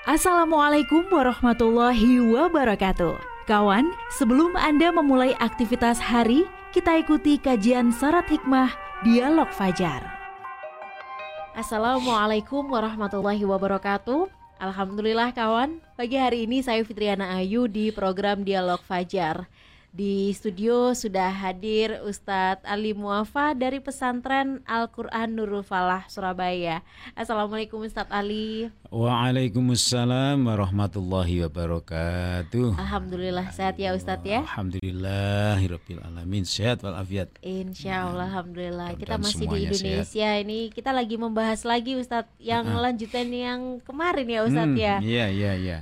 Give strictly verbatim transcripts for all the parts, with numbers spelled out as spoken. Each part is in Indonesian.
Assalamualaikum warahmatullahi wabarakatuh. Kawan, sebelum Anda memulai aktivitas hari, kita ikuti kajian syarat hikmah Dialog Fajar. Assalamualaikum warahmatullahi wabarakatuh. Alhamdulillah kawan, pagi hari ini saya Fitriana Ayu di program Dialog Fajar. Di studio sudah hadir Ustadz Ali Muafa dari Pesantren Al-Quran Nurul Falah Surabaya. Assalamualaikum Ustadz Ali. Waalaikumsalam warahmatullahi wabarakatuh. Alhamdulillah sehat ya Ustadz ya. Alhamdulillahirabbil alamin, sehat walafiat. Insya Allah, alhamdulillah. Dan Kita masih di Indonesia sehat. Ini kita lagi membahas lagi Ustadz yang uh-huh. lanjutan yang kemarin ya Ustadz hmm, ya. Iya iya iya.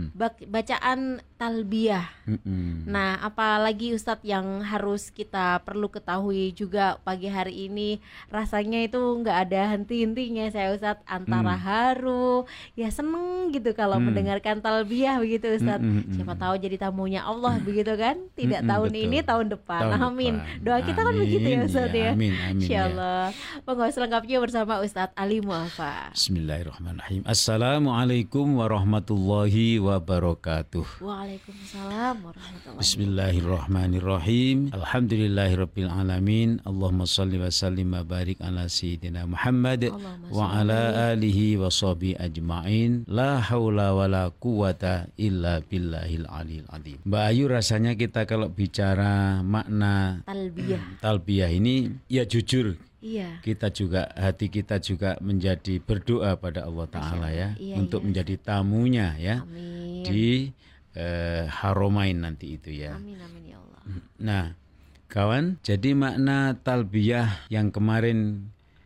Bacaan talbiyah. Mm-mm. Nah, apalagi Ustadz yang harus kita perlu ketahui juga pagi hari ini, rasanya itu nggak ada henti-hentinya saya Ustadz, antara mm. haru, ya seneng gitu kalau mm. mendengarkan talbiyah begitu Ustadz. Mm-mm. Siapa tahu jadi tamunya Allah mm. begitu kan? Tidak Mm-mm, tahun betul. Ini tahun depan. Tahun amin. Depan. Doa kita amin. Kan begitu ya Ustadz ya. ya. Amin. Amin. Insyaallah. Monggo selengkapnya bersama Ustadz Ali Muafa. Bismillahirrahmanirrahim. Assalamualaikum warahmatullahi wabarakatuh. Waalaikumsalam warahmatullahi. Bismillahirrahmanirrahim. Alhamdulillahirabbil alamin. Allahumma shalli wa sallim wa barik ala sayyidina Muhammad wa ala alihi wa sahbihi ajmain. La haula wala quwata illa billahil aliyil azim. Mbak Ayu, rasanya kita kalau bicara makna talbiyah. Talbiyah ini ya jujur. Iya. Kita juga, hati kita juga menjadi berdoa pada Allah Ta'ala ya, iya, untuk iya. menjadi tamunya ya. Amin. Di eh, Haromain nanti itu ya. Amin amin ya Allah. Nah, kawan, jadi makna talbiyah yang kemarin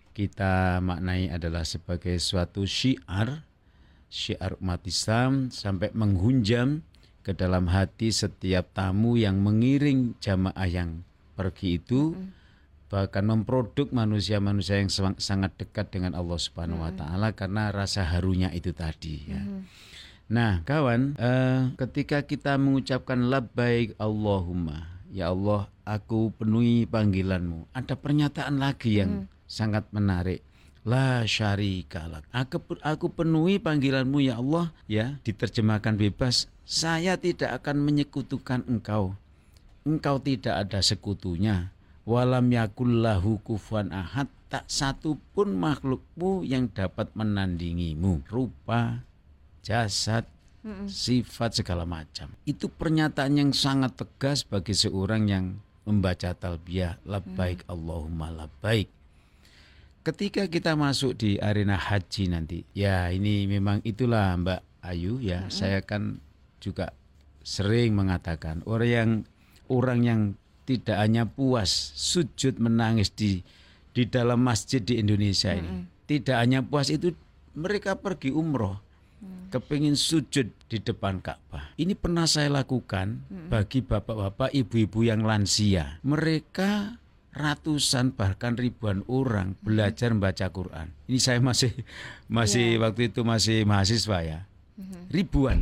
kita maknai adalah sebagai suatu syiar, syiar umat Islam sampai menghunjam ke dalam hati setiap tamu yang mengiring jamaah yang pergi itu. Mm-hmm. Bahkan memproduk manusia-manusia yang sangat dekat dengan Allah Subhanahu wa taala karena rasa harunya itu tadi ya. Mm. Nah, kawan, eh, ketika kita mengucapkan labbaik Allahumma, ya Allah, aku penuhi panggilanmu. Ada pernyataan lagi yang mm. sangat menarik. La syarika lak. Aku aku penuhi panggilanmu ya Allah, ya, diterjemahkan bebas, saya tidak akan menyekutukan Engkau. Engkau tidak ada sekutunya. Walam yakullahu kufuwan ahad, tak satu pun makhlukmu yang dapat menandingimu, rupa, jasad, Mm-mm. sifat segala macam. Itu pernyataan yang sangat tegas bagi seorang yang membaca talbiyah labbaik mm. Allahumma labbaik. Ketika kita masuk di arena haji nanti, ya ini memang itulah Mbak Ayu ya, Mm-mm. saya kan juga sering mengatakan orang yang orang yang tidak hanya puas sujud menangis di di dalam masjid di Indonesia ini. Mm-hmm. Tidak hanya puas itu, mereka pergi umroh, mm. kepingin sujud di depan Ka'bah. Ini pernah saya lakukan mm-hmm. bagi bapak-bapak, ibu-ibu yang lansia. Mereka ratusan bahkan ribuan orang mm-hmm. belajar membaca Quran. Ini saya masih masih yeah. waktu itu masih mahasiswa ya. Mm-hmm. Ribuan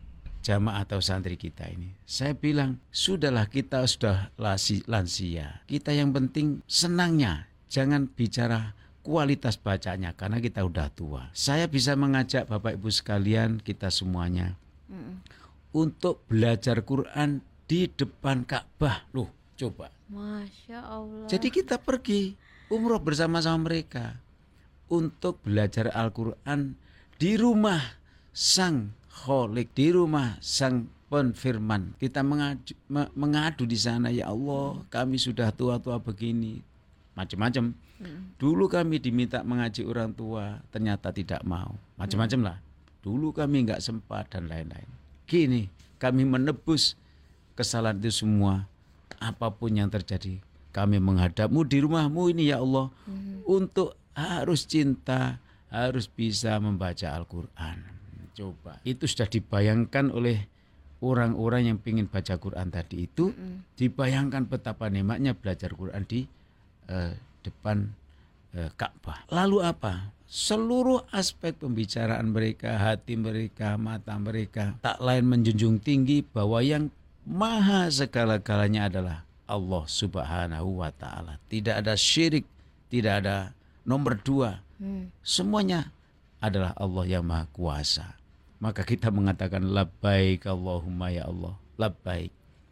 jamaah atau santri kita ini. Saya bilang, sudahlah, kita sudah lansia. Kita yang penting senangnya. Jangan bicara kualitas bacanya karena kita udah tua. Saya bisa mengajak Bapak Ibu sekalian, kita semuanya mm. untuk belajar Quran di depan Ka'bah. Loh, coba. Masya Allah. Jadi kita pergi umroh bersama-sama mereka untuk belajar Al-Quran di rumah Sang Kholik, di rumah Sang Penfirman. Kita mengadu, mengadu di sana, ya Allah, kami sudah tua-tua begini, macam-macam. Hmm. Dulu kami diminta mengaji orang tua, ternyata tidak mau, macam-macam lah. Dulu kami nggak sempat dan lain-lain. Kini kami menebus kesalahan itu semua. Apapun yang terjadi, kami menghadapmu di rumahmu ini ya Allah, hmm. untuk harus cinta, harus bisa membaca Al-Quran. Coba, itu sudah dibayangkan oleh orang-orang yang ingin baca Quran tadi itu, mm-hmm. dibayangkan betapa nikmatnya belajar Quran di uh, depan uh, Ka'bah. Lalu apa? Seluruh aspek pembicaraan mereka, hati mereka, mata mereka, tak lain menjunjung tinggi bahwa yang maha segala-galanya adalah Allah Subhanahu wa ta'ala. Tidak ada syirik, tidak ada nomor dua. Hmm. Semuanya adalah Allah yang maha kuasa. maka kita mengatakan labbaik Allahumma ya Allah, labbaik.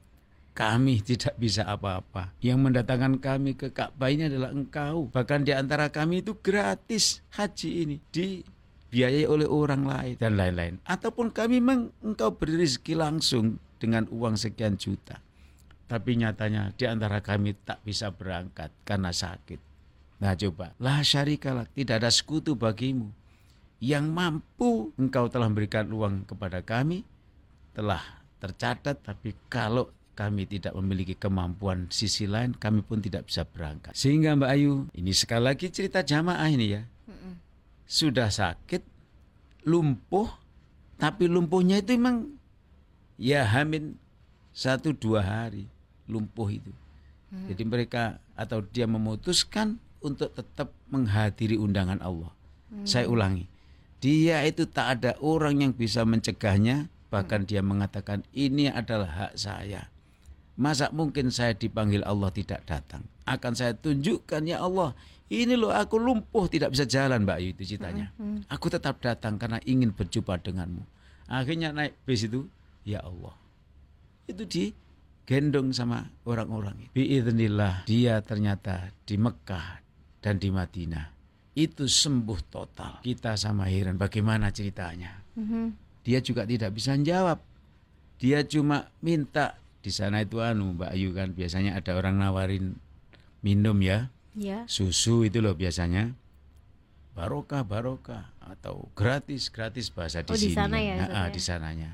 Kami tidak bisa apa-apa. Yang mendatangkan kami ke Ka'bah ini adalah Engkau. Bahkan di antara kami itu gratis haji ini, dibiayai oleh orang lain dan lain-lain. Ataupun kami memang Engkau beri rezeki langsung dengan uang sekian juta. Tapi nyatanya di antara kami tak bisa berangkat karena sakit. Nah coba, la syarikalah, tidak ada sekutu bagimu. Yang mampu Engkau telah memberikan uang kepada kami, telah tercatat, tapi kalau kami tidak memiliki kemampuan sisi lain, kami pun tidak bisa berangkat. Sehingga Mbak Ayu, ini sekali lagi cerita jamaah ini ya. Mm-mm. Sudah sakit, lumpuh, tapi lumpuhnya itu memang ya hamin satu dua hari lumpuh itu. Mm. Jadi mereka atau dia memutuskan untuk tetap menghadiri undangan Allah. Mm. Saya ulangi, dia itu tak ada orang yang bisa mencegahnya, bahkan mm. dia mengatakan ini adalah hak saya. Masa mungkin saya dipanggil Allah tidak datang? Akan saya tunjukkan, ya Allah, ini loh aku lumpuh tidak bisa jalan, Mbak Ayu, itu ceritanya. Mm-hmm. Aku tetap datang karena ingin berjumpa denganmu. Akhirnya naik bis itu, ya Allah. Itu digendong sama orang-orang. Biiznillah, dia ternyata di Mekah dan di Madinah itu sembuh total. Kita sama heran bagaimana ceritanya. Mm-hmm. Dia juga tidak bisa jawab. Dia cuma minta. Di sana itu anu Mbak Ayu kan biasanya ada orang nawarin minum ya, ya. Susu itu loh biasanya, barokah barokah atau gratis gratis bahasa di oh, sini. Di sana ya, nah, di sananya.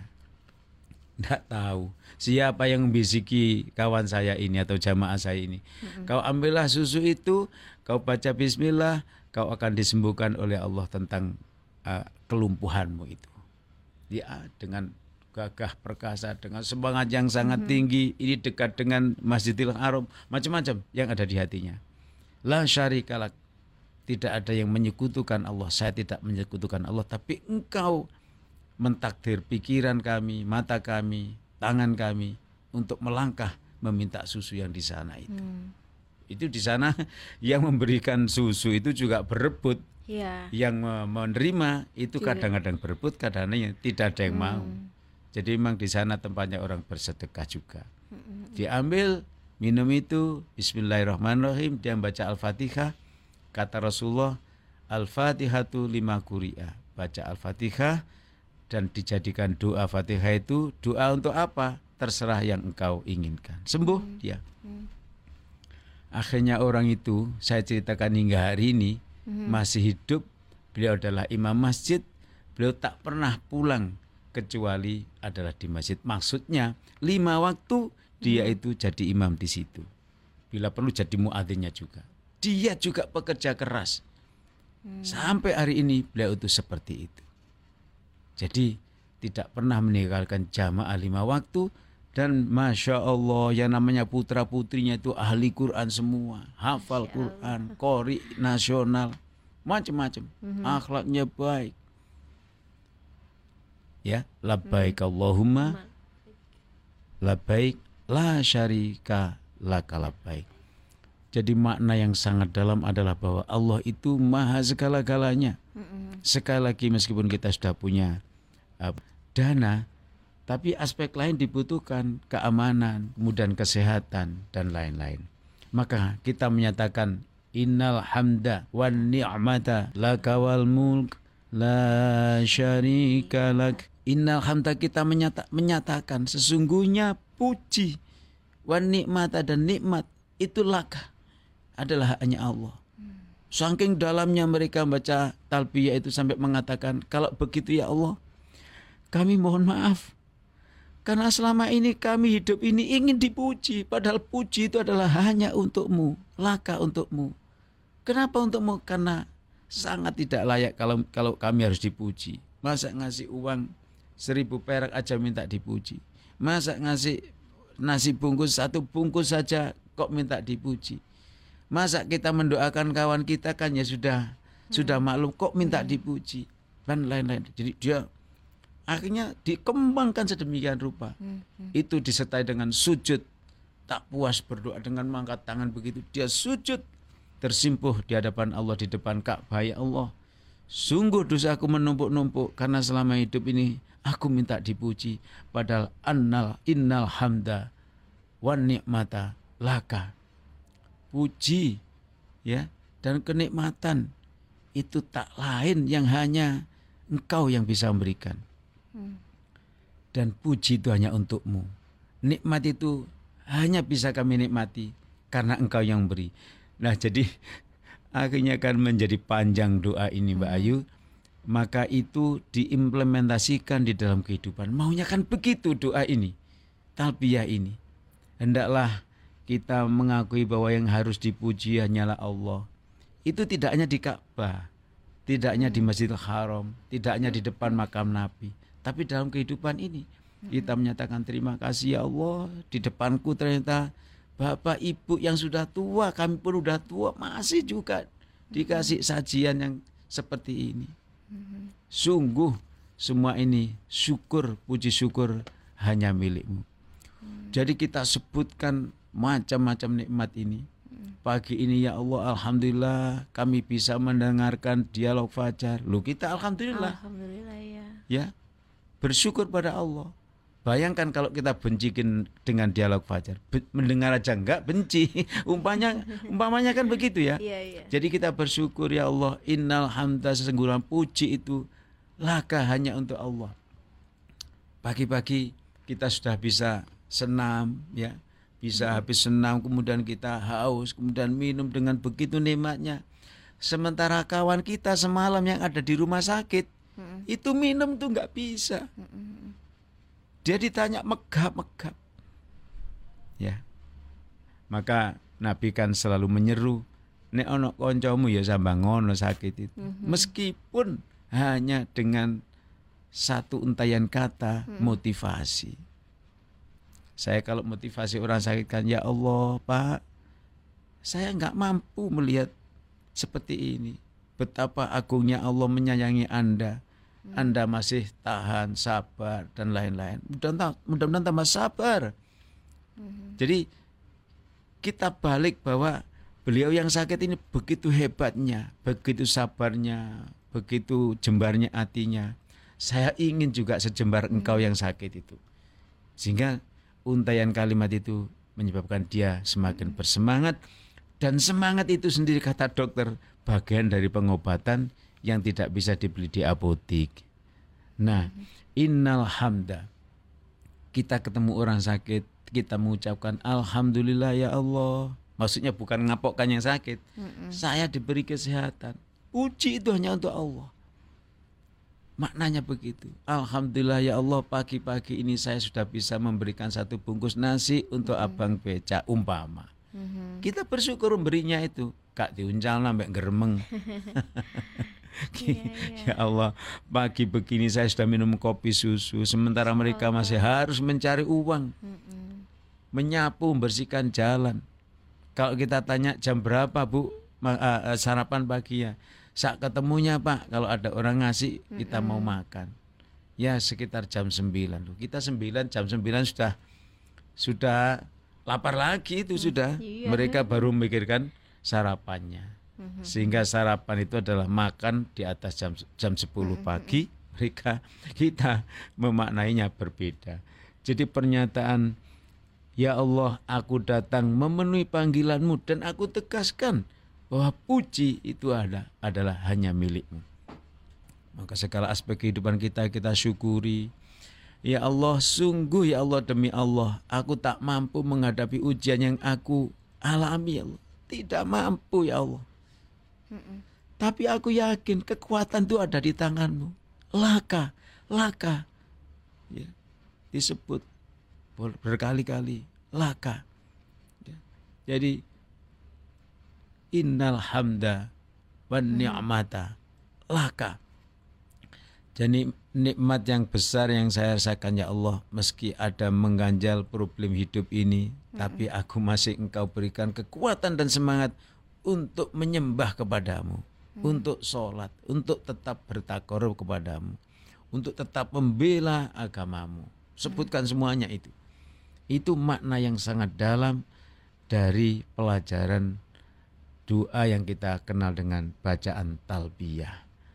Nggak tahu siapa yang bisiki kawan saya ini atau jamaah saya ini. Mm-hmm. Kau ambillah susu itu, kau baca Bismillah, kau akan disembuhkan oleh Allah tentang uh, kelumpuhanmu itu. Dia dengan gagah perkasa, dengan semangat yang sangat mm-hmm. tinggi, ini dekat dengan Masjidil Haram, macam-macam yang ada di hatinya. La syarikalah, tidak ada yang menyekutukan Allah, saya tidak menyekutukan Allah, tapi Engkau mentakdir pikiran kami, mata kami, tangan kami untuk melangkah meminta susu yang di sana itu. Mm. Itu di sana yang memberikan susu itu juga berebut, yeah. Yang menerima itu juga kadang-kadang berebut, kadang-kadang tidak ada yang mm. mau. Jadi memang di sana tempatnya orang bersedekah juga. Mm-hmm. Diambil minum itu, Bismillahirrahmanirrahim, dia baca Al-Fatihah. Kata Rasulullah, Al-Fatihatu lima quri'ah. Baca Al-Fatihah dan dijadikan doa Fatihah itu doa untuk apa? Terserah yang engkau inginkan. Sembuh mm-hmm. dia. Mm-hmm. Akhirnya orang itu, saya ceritakan hingga hari ini, mm-hmm. masih hidup. Beliau adalah imam masjid. Beliau tak pernah pulang kecuali adalah di masjid. Maksudnya lima waktu dia hmm. itu jadi imam di situ. Bila perlu jadi muadzinnya juga. Dia juga pekerja keras. Hmm. Sampai hari ini beliau itu seperti itu. Jadi tidak pernah meninggalkan jamaah lima waktu. Dan Masya Allah yang namanya putra putrinya itu ahli Quran semua. Hafal Quran, qori nasional, macam-macam. Hmm. Akhlaknya baik. Ya, labbaik hmm. Allahumma labbaik la syarika laka labbaik. Jadi makna yang sangat dalam adalah bahwa Allah itu maha segala-galanya. Hmm. Sekali lagi meskipun kita sudah punya uh, dana, tapi aspek lain dibutuhkan, keamanan, kemudian kesehatan dan lain-lain. Maka kita menyatakan innal hamda wan ni'mata laka wal mulk la syarika lak. Innal hamda, kita menyata, menyatakan sesungguhnya puji wan nikmata dan nikmat itu laka adalah hanya Allah. Hmm. Saking dalamnya mereka baca talbiyah itu sampai mengatakan, kalau begitu ya Allah, kami mohon maaf karena selama ini kami hidup ini ingin dipuji, padahal puji itu adalah hanya untukmu, laka untukmu. Kenapa untukmu? Karena sangat tidak layak kalau kalau kami harus dipuji. Masa ngasih uang seribu perak aja minta dipuji. Masa ngasih nasi bungkus satu bungkus saja kok minta dipuji. Masa kita mendoakan kawan kita kan ya sudah hmm. sudah maklum kok minta hmm. dipuji dan lain-lain. Jadi dia akhirnya dikembangkan sedemikian rupa. Hmm. Hmm. Itu disertai dengan sujud, tak puas berdoa dengan mengangkat tangan begitu dia sujud tersimpuh di hadapan Allah di depan Ka'bah. Ya Allah, Sungguh dosaku menumpuk-numpuk karena selama hidup ini aku minta dipuji. Padahal annal innal hamda wan nikmata laka. Puji ya dan kenikmatan itu tak lain yang hanya Engkau yang bisa memberikan. Hmm. Dan puji itu hanya untukmu. Nikmat itu hanya bisa kami nikmati karena Engkau yang beri. Nah, jadi akhirnya kan menjadi panjang doa ini Mbak hmm. Ayu. Maka itu diimplementasikan di dalam kehidupan. Maunya kan begitu doa ini, talbiyah ini. Hendaklah kita mengakui bahwa yang harus dipuji hanyalah Allah. Itu tidak hanya di Ka'bah, tidak hanya di Masjidil Haram, tidak hanya di depan makam Nabi, tapi dalam kehidupan ini kita menyatakan terima kasih ya Allah. Di depanku ternyata bapak ibu yang sudah tua, kami pun sudah tua, masih juga dikasih sajian yang seperti ini. Sungguh semua ini syukur, puji syukur hanya milikmu. Jadi kita sebutkan macam-macam nikmat ini. Pagi ini ya Allah, alhamdulillah kami bisa mendengarkan dialog fajar. Loh, kita alhamdulillah. Alhamdulillah ya. Ya. Bersyukur pada Allah. Bayangkan kalau kita bencikin dengan dialog fajar, Be- mendengar aja enggak, benci. Umpamanya umpamanya kan begitu ya. Iya, iya. Jadi kita bersyukur ya Allah, innal hamda, sesungguhnya puji itu laka hanya untuk Allah. Pagi-pagi kita sudah bisa senam ya. Bisa habis senam, kemudian kita haus, kemudian minum dengan begitu nikmatnya. Sementara kawan kita semalam yang ada di rumah sakit, hmm. itu minum tuh nggak bisa. Hmm. Dia ditanya megap-megap. Ya, maka Nabi kan selalu menyeru, nek ono koncomu ya sambang ngono sakit itu. Hmm. Meskipun hanya dengan satu untayan kata hmm. motivasi. Saya kalau motivasi orang sakit kan, ya Allah Pak, saya nggak mampu melihat seperti ini. Betapa agungnya Allah menyayangi Anda. Hmm. Anda masih tahan, sabar, dan lain-lain. Mudah-mudahan tambah sabar. Hmm. Jadi kita balik bahwa beliau yang sakit ini begitu hebatnya, begitu sabarnya, begitu jembarnya hatinya. Saya ingin juga sejembar hmm. engkau yang sakit itu. Sehingga untayan kalimat itu menyebabkan dia semakin bersemangat. Dan semangat itu sendiri kata dokter bagian dari pengobatan yang tidak bisa dibeli di apotek. Nah, innal hamda. Kita ketemu orang sakit, kita mengucapkan alhamdulillah ya Allah. Maksudnya bukan ngapokkan yang sakit. Mm-mm. Saya diberi kesehatan. Puji itu hanya untuk Allah. Maknanya begitu. Alhamdulillah ya Allah, pagi-pagi ini saya sudah bisa memberikan satu bungkus nasi untuk mm-hmm. abang becak umpama. Mm-hmm. Kita bersyukur memberinya itu. Kak diuncal sampai geremeng. Ya Allah, pagi begini saya sudah minum kopi susu, sementara mereka masih harus mencari uang, mm-hmm. menyapu, membersihkan jalan. Kalau kita tanya jam berapa Bu sarapan pagi ya, saat ketemunya Pak, kalau ada orang ngasih kita mm-hmm. mau makan, ya sekitar jam sembilan. Kita sembilan, jam sembilan sudah sudah lapar lagi itu sudah. Iya. Mereka baru memikirkan sarapannya. Mm-hmm. Sehingga sarapan itu adalah makan di atas jam jam sepuluh mm-hmm. pagi. Mereka kita memaknainya berbeda. Jadi pernyataan ya Allah, aku datang memenuhi panggilanmu dan aku tegaskan bahwa puji itu ada, adalah hanya milikmu. Maka segala aspek kehidupan kita kita syukuri. Ya Allah, sungguh ya Allah, demi Allah, aku tak mampu menghadapi ujian yang aku alami ya Allah. Tidak mampu ya Allah. Mm-mm. Tapi aku yakin kekuatan itu ada di tanganmu. Laka, laka. Ya, disebut berkali-kali, laka. Ya. Jadi innal hamda wan ni'mata laka. Jadi nikmat yang besar yang saya rasakan ya Allah, meski ada mengganjal problem hidup ini, hmm. tapi aku masih Engkau berikan kekuatan dan semangat untuk menyembah kepadamu, hmm. untuk sholat, untuk tetap bertakarub kepadamu, untuk tetap membela agamamu. Sebutkan hmm. semuanya itu. Itu makna yang sangat dalam dari pelajaran doa yang kita kenal dengan bacaan talbiyah.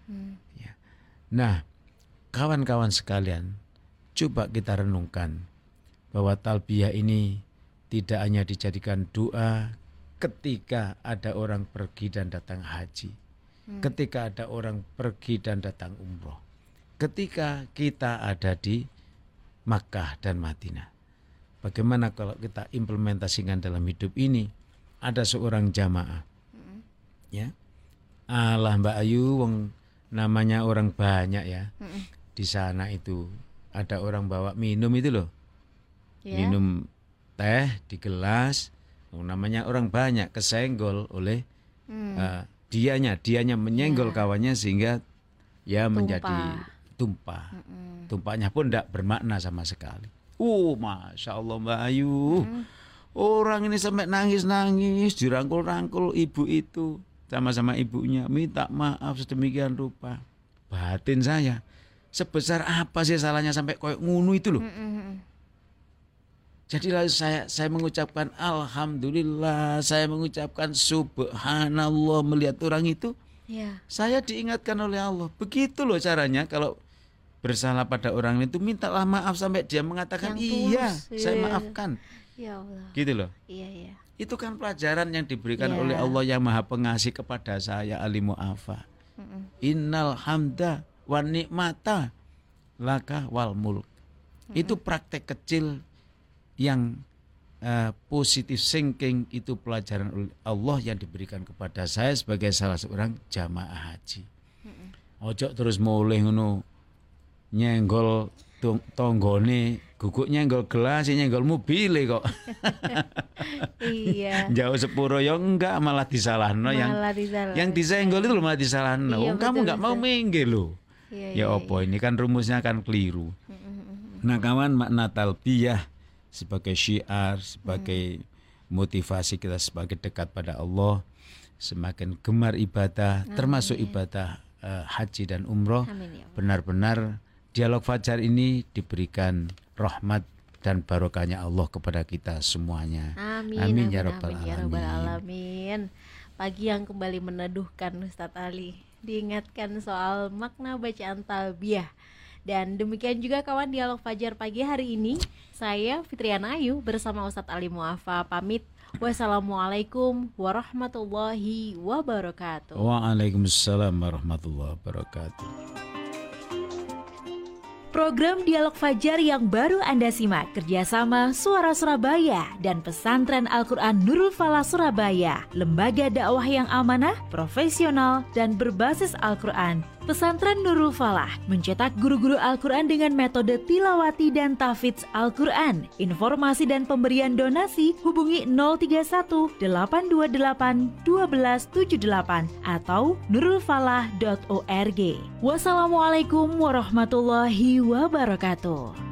Hmm. Ya. Nah, kawan-kawan sekalian, coba kita renungkan bahwa talbiyah ini tidak hanya dijadikan doa ketika ada orang pergi dan datang haji, hmm. ketika ada orang pergi dan datang umroh, ketika kita ada di Makkah dan Madinah. Bagaimana kalau kita implementasikan dalam hidup ini? Ada seorang jamaah, hmm. ya, alah Mbak Ayu, wong namanya orang banyak ya, hmm. di sana itu ada orang bawa minum itu loh, yeah. minum teh di gelas. Namanya orang banyak, kesenggol oleh hmm. uh, dianya, dianya menyenggol ya. kawannya sehingga ya Tumpah. menjadi tumpah. Hmm. Tumpahnya pun tidak bermakna sama sekali. Uh, Masya Allah Mbak Ayu, hmm. orang ini sampai nangis-nangis, dirangkul-rangkul ibu itu, sama-sama ibunya, minta maaf sedemikian rupa. Batin saya, sebesar apa sih salahnya sampai koyok ngunu itu loh. Hmm. Jadi lalu saya saya mengucapkan alhamdulillah, saya mengucapkan subhanallah melihat orang itu. Ya. Saya diingatkan oleh Allah. Begitu loh caranya kalau bersalah pada orang itu, mintalah maaf sampai dia mengatakan yang iya, tulus, iya, saya maafkan. Ya Allah. Gitu loh. Iya, iya. Itu kan pelajaran yang diberikan ya. oleh Allah yang Maha Pengasih kepada saya, Ali Mu'afa. Mm-mm. Innal hamda wa ni'mata laka wal mulk. Mm-mm. Itu praktek kecil yang uh, positive thinking, itu pelajaran oleh Allah yang diberikan kepada saya sebagai salah seorang jamaah haji. Mm-mm. Ojo terus mulih ngono nyenggol tonggone, guguk nyenggol gelas, nyenggol mobil kok. Iya. Jauh sepuro ya enggak, malah disalahno, yang disalah. yang disenggol itu malah disalahno. Iya, kamu enggak mau minggir loh. Iya, ya iya, opo iya. Ini kan rumusnya kan keliru. Mm-mm. Nah kawan, makna talbiyah sebagai syiar, sebagai hmm. motivasi kita sebagai dekat pada Allah, semakin gemar ibadah, Amin. termasuk ibadah uh, haji dan umroh. Amin, ya. Benar-benar dialog fajar ini diberikan rahmat dan barokahnya Allah kepada kita semuanya. Amin, amin, amin ya rabbal amin, alamin. Ya alamin. Pagi yang kembali meneduhkan Ustadz Ali, diingatkan soal makna bacaan talbiyah. Dan demikian juga kawan dialog fajar pagi hari ini. Saya Fitriana Ayu bersama Ustadz Ali Mu'afa pamit. Wassalamualaikum warahmatullahi wabarakatuh. Waalaikumsalam warahmatullahi wabarakatuh. Program Dialog Fajar yang baru Anda simak kerjasama Suara Surabaya dan Pesantren Al-Quran Nurul Falah Surabaya, lembaga dakwah yang amanah, profesional, dan berbasis Al-Quran. Pesantren Nurul Falah mencetak guru-guru Al-Quran dengan metode tilawati dan tahfidz Al-Quran. Informasi dan pemberian donasi hubungi nol tiga satu delapan dua delapan satu dua tujuh delapan atau nurulfalah dot org. Wassalamualaikum warahmatullahi wabarakatuh.